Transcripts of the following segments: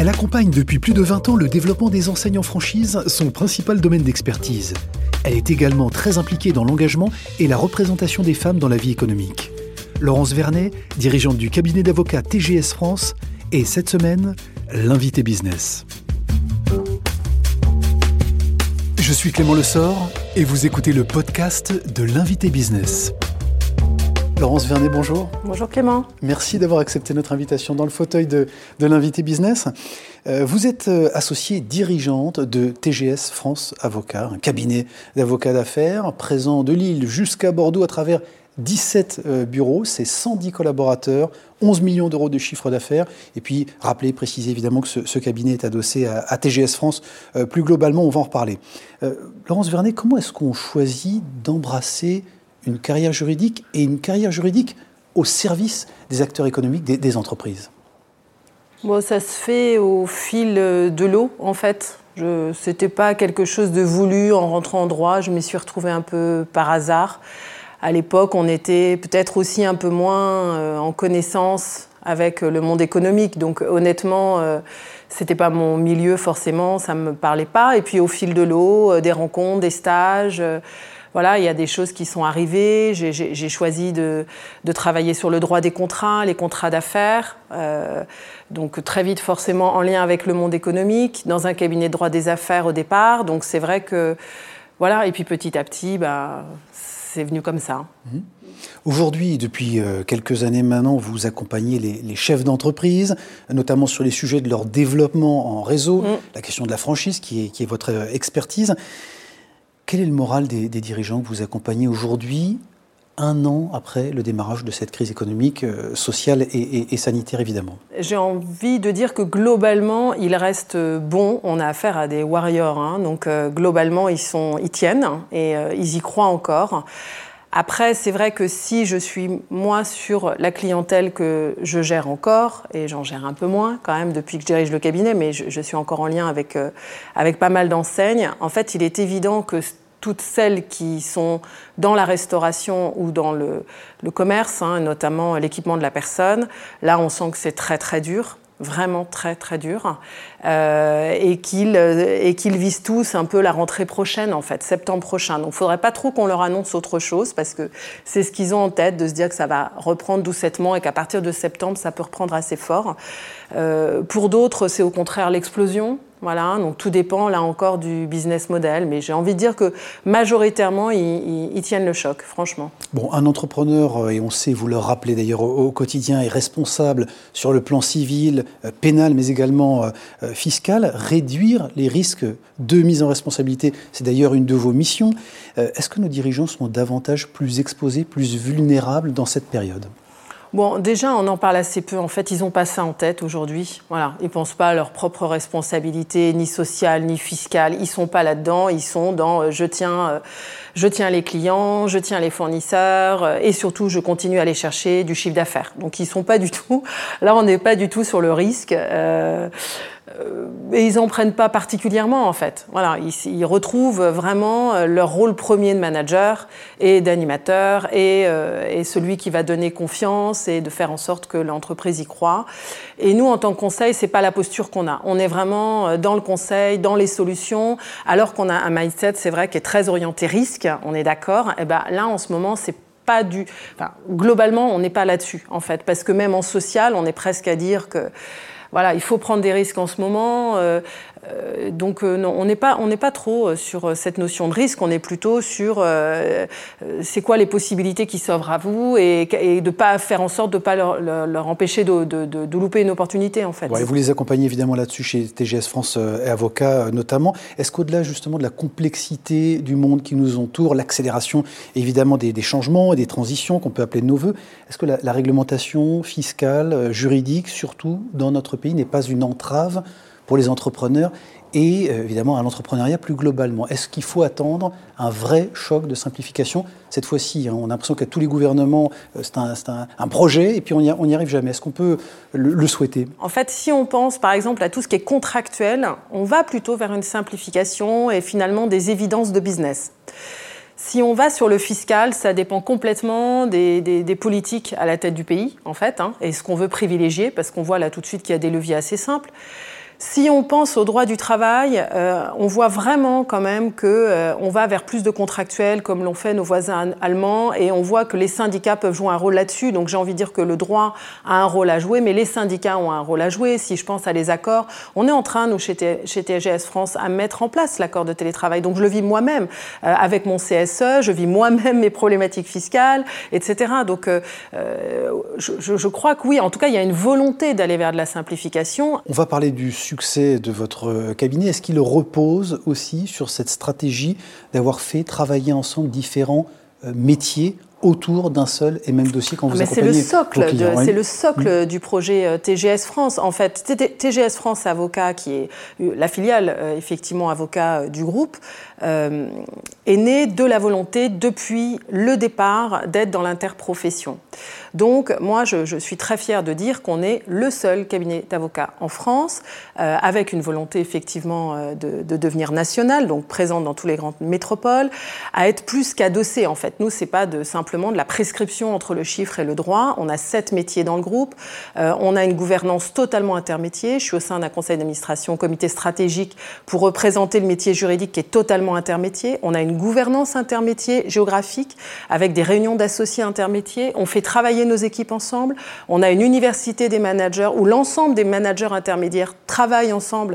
Elle accompagne depuis plus de 20 ans le développement des enseignes en franchise, son principal domaine d'expertise. Elle est également très impliquée dans l'engagement et la représentation des femmes dans la vie économique. Laurence Vernet, dirigeante du cabinet d'avocats TGS France, est cette semaine l'invité business. Je suis Clément Lessort et vous écoutez le podcast de l'invité business. Laurence Vernet, bonjour. Bonjour Clément. Merci d'avoir accepté notre invitation dans le fauteuil de l'invité business. Vous êtes associée dirigeante de TGS France Avocats, un cabinet d'avocats d'affaires présent de Lille jusqu'à Bordeaux à travers 17 bureaux, c'est 110 collaborateurs, 11 millions d'euros de chiffre d'affaires. Et puis, préciser évidemment que ce cabinet est adossé à TGS France. Plus globalement, on va en reparler. Laurence Vernet, comment est-ce qu'on choisit d'embrasser une carrière juridique et une carrière juridique au service des acteurs économiques, des entreprises? Bon, ça se fait au fil de l'eau, en fait. C'était pas quelque chose de voulu en rentrant en droit. Je m'y suis retrouvée un peu par hasard. À l'époque, on était peut-être aussi un peu moins en connaissance avec le monde économique. Donc honnêtement, c'était pas mon milieu forcément, ça me parlait pas. Et puis au fil de l'eau, des rencontres, des stages... Voilà, il y a des choses qui sont arrivées. J'ai choisi de travailler sur le droit des contrats, les contrats d'affaires. Donc très vite, forcément, en lien avec le monde économique, dans un cabinet de droit des affaires au départ. Donc c'est vrai que... Voilà, et puis petit à petit, c'est venu comme ça. Aujourd'hui, depuis quelques années maintenant, vous accompagnez les chefs d'entreprise, notamment sur les sujets de leur développement en réseau, la question de la franchise qui est votre expertise. Quel est le moral des dirigeants que vous accompagnez aujourd'hui, un an après le démarrage de cette crise économique, sociale et sanitaire, évidemment? J'ai envie de dire que globalement, ils restent bons. On a affaire à des warriors, donc globalement, ils tiennent et ils y croient encore. Après, c'est vrai que si je suis, moi, sur la clientèle que je gère encore, et j'en gère un peu moins quand même depuis que je dirige le cabinet, mais je suis encore en lien avec pas mal d'enseignes, en fait, il est évident que toutes celles qui sont dans la restauration ou dans le commerce, notamment l'équipement de la personne, là, on sent que c'est très, très dur. Vraiment très très dur, et qu'ils visent tous un peu la rentrée prochaine, en fait, septembre prochain. Donc il ne faudrait pas trop qu'on leur annonce autre chose, parce que c'est ce qu'ils ont en tête, de se dire que ça va reprendre doucettement et qu'à partir de septembre, ça peut reprendre assez fort. Pour d'autres, c'est au contraire l'explosion. Voilà, donc tout dépend là encore du business model, mais j'ai envie de dire que majoritairement ils tiennent le choc, franchement. Bon, un entrepreneur, et on sait, vous le rappelez d'ailleurs au quotidien, est responsable sur le plan civil, pénal, mais également fiscal. Réduire les risques de mise en responsabilité, c'est d'ailleurs une de vos missions. Est-ce que nos dirigeants sont davantage plus exposés, plus vulnérables dans cette période ? Bon, déjà, on en parle assez peu. En fait, ils n'ont pas ça en tête aujourd'hui. Voilà, ils ne pensent pas à leurs propres responsabilités, ni sociales, ni fiscales. Ils ne sont pas là-dedans. Ils sont dans je tiens les clients, je tiens les fournisseurs et surtout, je continue à aller chercher du chiffre d'affaires. Donc, ils ne sont pas du tout... Là, on n'est pas du tout sur le risque. Et ils n'en prennent pas particulièrement, en fait. Voilà, ils retrouvent vraiment leur rôle premier de manager et d'animateur et celui qui va donner confiance et de faire en sorte que l'entreprise y croit. Et nous, en tant que conseil, c'est pas la posture qu'on a. On est vraiment dans le conseil, dans les solutions, alors qu'on a un mindset, c'est vrai, qui est très orienté risque, on est d'accord. Et ben là, en ce moment, c'est pas globalement, on n'est pas là-dessus, en fait. Parce que même en social, on est presque à dire que voilà, il faut prendre des risques en ce moment. Donc non, on n'est pas trop sur cette notion de risque. On est plutôt sur c'est quoi les possibilités qui s'offrent à vous et de ne pas faire en sorte de ne pas leur empêcher de louper une opportunité, en fait. Ouais, vous les accompagnez évidemment là-dessus chez TGS France et Avocats notamment. Est-ce qu'au-delà justement de la complexité du monde qui nous entoure, l'accélération évidemment des changements et des transitions qu'on peut appeler de nos voeux, est-ce que la réglementation fiscale, juridique, surtout dans notre pays, n'est pas une entrave pour les entrepreneurs et évidemment à l'entrepreneuriat plus globalement? Est-ce qu'il faut attendre un vrai choc de simplification? Cette fois-ci, on a l'impression qu'à tous les gouvernements, c'est un projet et puis on n'y arrive jamais. Est-ce qu'on peut le souhaiter? En fait, si on pense par exemple à tout ce qui est contractuel, on va plutôt vers une simplification et finalement des évidences de business. Si on va sur le fiscal, ça dépend complètement des politiques à la tête du pays, en fait, et ce qu'on veut privilégier, parce qu'on voit là tout de suite qu'il y a des leviers assez simples. Si on pense au droit du travail, on voit vraiment quand même qu'on va vers plus de contractuels comme l'ont fait nos voisins allemands et on voit que les syndicats peuvent jouer un rôle là-dessus. Donc j'ai envie de dire que le droit a un rôle à jouer, mais les syndicats ont un rôle à jouer. Si je pense à les accords, on est en train, nous, chez TGS France, à mettre en place l'accord de télétravail. Donc je le vis moi-même avec mon CSE, je vis moi-même mes problématiques fiscales, etc. Donc je crois que oui, en tout cas, il y a une volonté d'aller vers de la simplification. On va parler du succès de votre cabinet. Est-ce qu'il repose aussi sur cette stratégie d'avoir fait travailler ensemble différents métiers autour d'un seul et même dossier quand vous accompagnez vos clients? C'est le socle du projet TGS France. En fait, TGS France Avocat, qui est la filiale, effectivement, avocat du groupe, est né de la volonté, depuis le départ, d'être dans l'interprofession. Donc, moi, je suis très fière de dire qu'on est le seul cabinet d'avocats en France, avec une volonté, effectivement, de devenir national, donc présent dans toutes les grandes métropoles, à être plus qu'adossé, en fait. Nous, c'est pas simplement de la prescription entre le chiffre et le droit. On a 7 métiers dans le groupe. On a une gouvernance totalement intermétier. Je suis au sein d'un conseil d'administration, comité stratégique, pour représenter le métier juridique qui est totalement intermétier. On a une gouvernance intermétier géographique avec des réunions d'associés intermétiers. On fait travailler nos équipes ensemble. On a une université des managers où l'ensemble des managers intermédiaires travaillent ensemble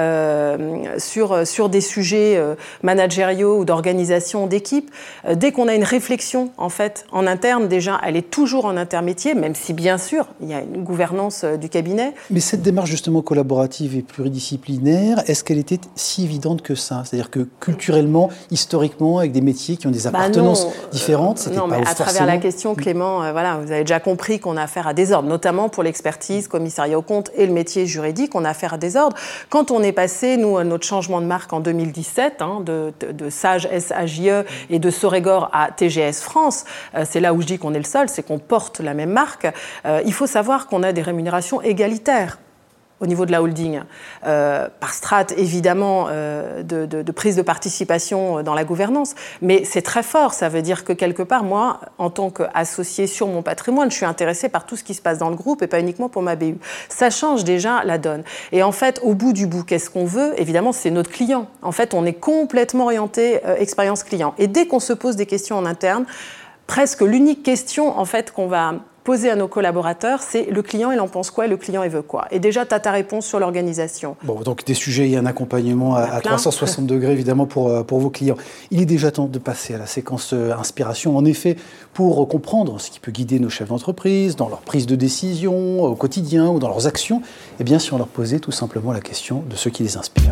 sur des sujets managériaux ou d'organisation d'équipe. Dès qu'on a une réflexion en fait en interne, déjà, elle est toujours en intermétier, même si bien sûr il y a une gouvernance du cabinet. Mais cette démarche justement collaborative et pluridisciplinaire, est-ce qu'elle était si évidente que ça? C'est-à-dire que culturellement, historiquement, avec des métiers qui ont des appartenances différentes, c'était non, pas mais forcément... à travers la question, Clément, voilà, vous avez déjà compris qu'on a affaire à des ordres, notamment pour l'expertise, commissariat aux comptes et le métier juridique, on a affaire à des ordres. Quand on est passé, nous, notre changement de marque en 2017, de SAGE, SAJE et de Sorégor à TGS France, c'est là où je dis qu'on est le seul, c'est qu'on porte la même marque. Il faut savoir qu'on a des rémunérations égalitaires au niveau de la holding, par strate évidemment de prise de participation dans la gouvernance, mais c'est très fort, ça veut dire que quelque part, moi, en tant qu'associé sur mon patrimoine, je suis intéressée par tout ce qui se passe dans le groupe et pas uniquement pour ma BU. Ça change déjà la donne. Et en fait, au bout du bout, qu'est-ce qu'on veut? Évidemment, c'est notre client. En fait, on est complètement orienté expérience client. Et dès qu'on se pose des questions en interne, presque l'unique question en fait qu'on va poser à nos collaborateurs, c'est le client, il en pense quoi et le client, il veut quoi. Et déjà, tu as ta réponse sur l'organisation. Bon, donc des sujets et un accompagnement à 360 degrés, évidemment, pour vos clients. Il est déjà temps de passer à la séquence inspiration. En effet, pour comprendre ce qui peut guider nos chefs d'entreprise dans leur prise de décision au quotidien ou dans leurs actions, eh bien, si on leur posait tout simplement la question de ce qui les inspire.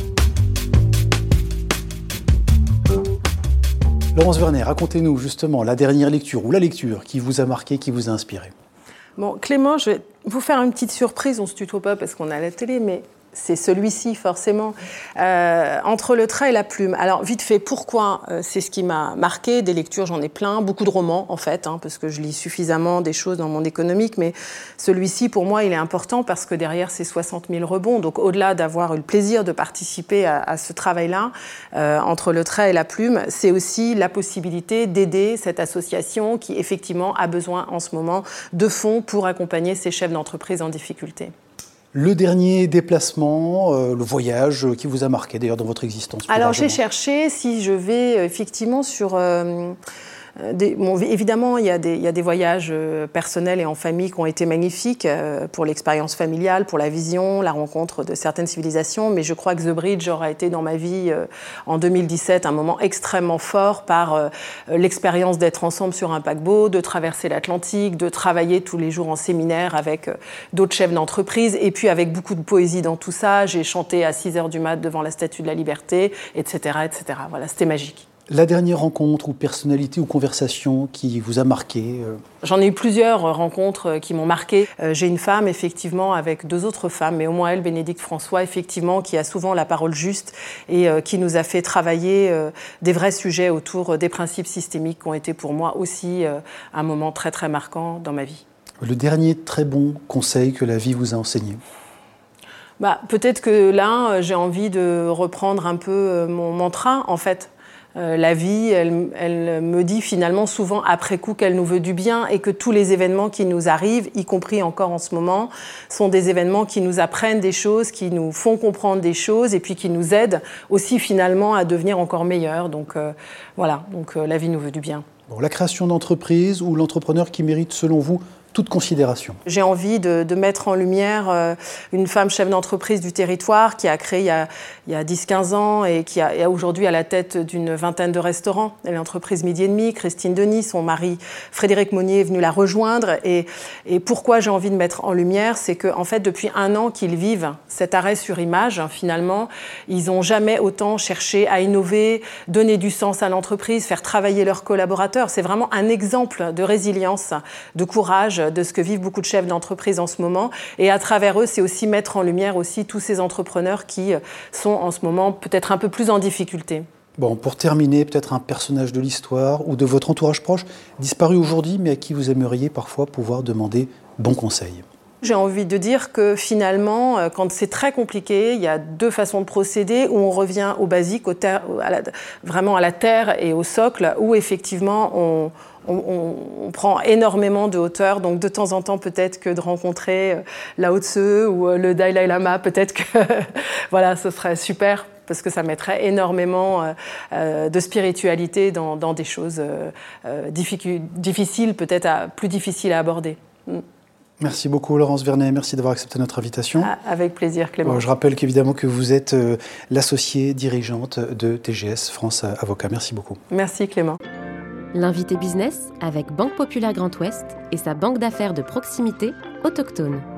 Laurence Vernet, racontez-nous justement la dernière lecture ou la lecture qui vous a marqué, qui vous a inspiré. Bon, Clément, je vais vous faire une petite surprise. On ne se tutoie pas parce qu'on est à la télé, mais c'est celui-ci, forcément. Entre le trait et la plume. Alors, vite fait, pourquoi c'est ce qui m'a marqué? Des lectures, j'en ai plein. Beaucoup de romans, en fait, parce que je lis suffisamment des choses dans le monde économique. Mais celui-ci, pour moi, il est important parce que derrière, c'est 60 000 rebonds. Donc, au-delà d'avoir eu le plaisir de participer à ce travail-là, entre le trait et la plume, c'est aussi la possibilité d'aider cette association qui, effectivement, a besoin en ce moment de fonds pour accompagner ces chefs d'entreprise en difficulté. Le dernier déplacement, le voyage qui vous a marqué d'ailleurs dans votre existence? Alors j'ai cherché, si je vais effectivement sur... évidemment, il y a des voyages personnels et en famille qui ont été magnifiques pour l'expérience familiale, pour la vision, la rencontre de certaines civilisations. Mais je crois que The Bridge aura été dans ma vie en 2017 un moment extrêmement fort par l'expérience d'être ensemble sur un paquebot, de traverser l'Atlantique, de travailler tous les jours en séminaire avec d'autres chefs d'entreprise et puis avec beaucoup de poésie dans tout ça. J'ai chanté à 6h du mat devant la Statue de la Liberté, etc., etc. Voilà, c'était magique. La dernière rencontre ou personnalité ou conversation qui vous a marqué? J'en ai eu plusieurs rencontres qui m'ont marqué. J'ai une femme, effectivement, avec 2 autres femmes, mais au moins elle, Bénédicte François, effectivement, qui a souvent la parole juste et qui nous a fait travailler des vrais sujets autour des principes systémiques qui ont été pour moi aussi un moment très, très marquant dans ma vie. Le dernier très bon conseil que la vie vous a enseigné? Peut-être que là, j'ai envie de reprendre un peu mon mantra, en fait. La vie, elle me dit finalement souvent après coup qu'elle nous veut du bien et que tous les événements qui nous arrivent, y compris encore en ce moment, sont des événements qui nous apprennent des choses, qui nous font comprendre des choses et puis qui nous aident aussi finalement à devenir encore meilleurs. Donc voilà, la vie nous veut du bien. Bon, la création d'entreprise ou l'entrepreneur qui mérite selon vous toute considération. J'ai envie de mettre en lumière une femme chef d'entreprise du territoire qui a créé il y a 10-15 ans et qui est aujourd'hui à la tête d'une vingtaine de restaurants. L'entreprise Midi et Demi, Christine Denis, son mari Frédéric Monnier est venu la rejoindre. Et pourquoi j'ai envie de mettre en lumière, c'est qu'en fait, depuis 1 an qu'ils vivent cet arrêt sur image, finalement, ils n'ont jamais autant cherché à innover, donner du sens à l'entreprise, faire travailler leurs collaborateurs. C'est vraiment un exemple de résilience, de courage, de ce que vivent beaucoup de chefs d'entreprise en ce moment. Et à travers eux, c'est aussi mettre en lumière aussi tous ces entrepreneurs qui sont en ce moment peut-être un peu plus en difficulté. Bon, pour terminer, peut-être un personnage de l'histoire ou de votre entourage proche, disparu aujourd'hui, mais à qui vous aimeriez parfois pouvoir demander bon conseil. J'ai envie de dire que finalement, quand c'est très compliqué, il y a 2 façons de procéder, où on revient au basique, vraiment à la terre et au socle, où effectivement on prend énormément de hauteur. Donc de temps en temps, peut-être que de rencontrer Lao Tse ou le Dalai Lama, peut-être que voilà, ce serait super, parce que ça mettrait énormément de spiritualité dans des choses difficiles, peut-être plus difficiles à aborder. Merci beaucoup Laurence Vernet, merci d'avoir accepté notre invitation. Avec plaisir Clément. Je rappelle qu'évidemment que vous êtes l'associée dirigeante de TGS France Avocat. Merci beaucoup. Merci Clément. L'invité business avec Banque Populaire Grand Ouest et sa banque d'affaires de proximité autochtone.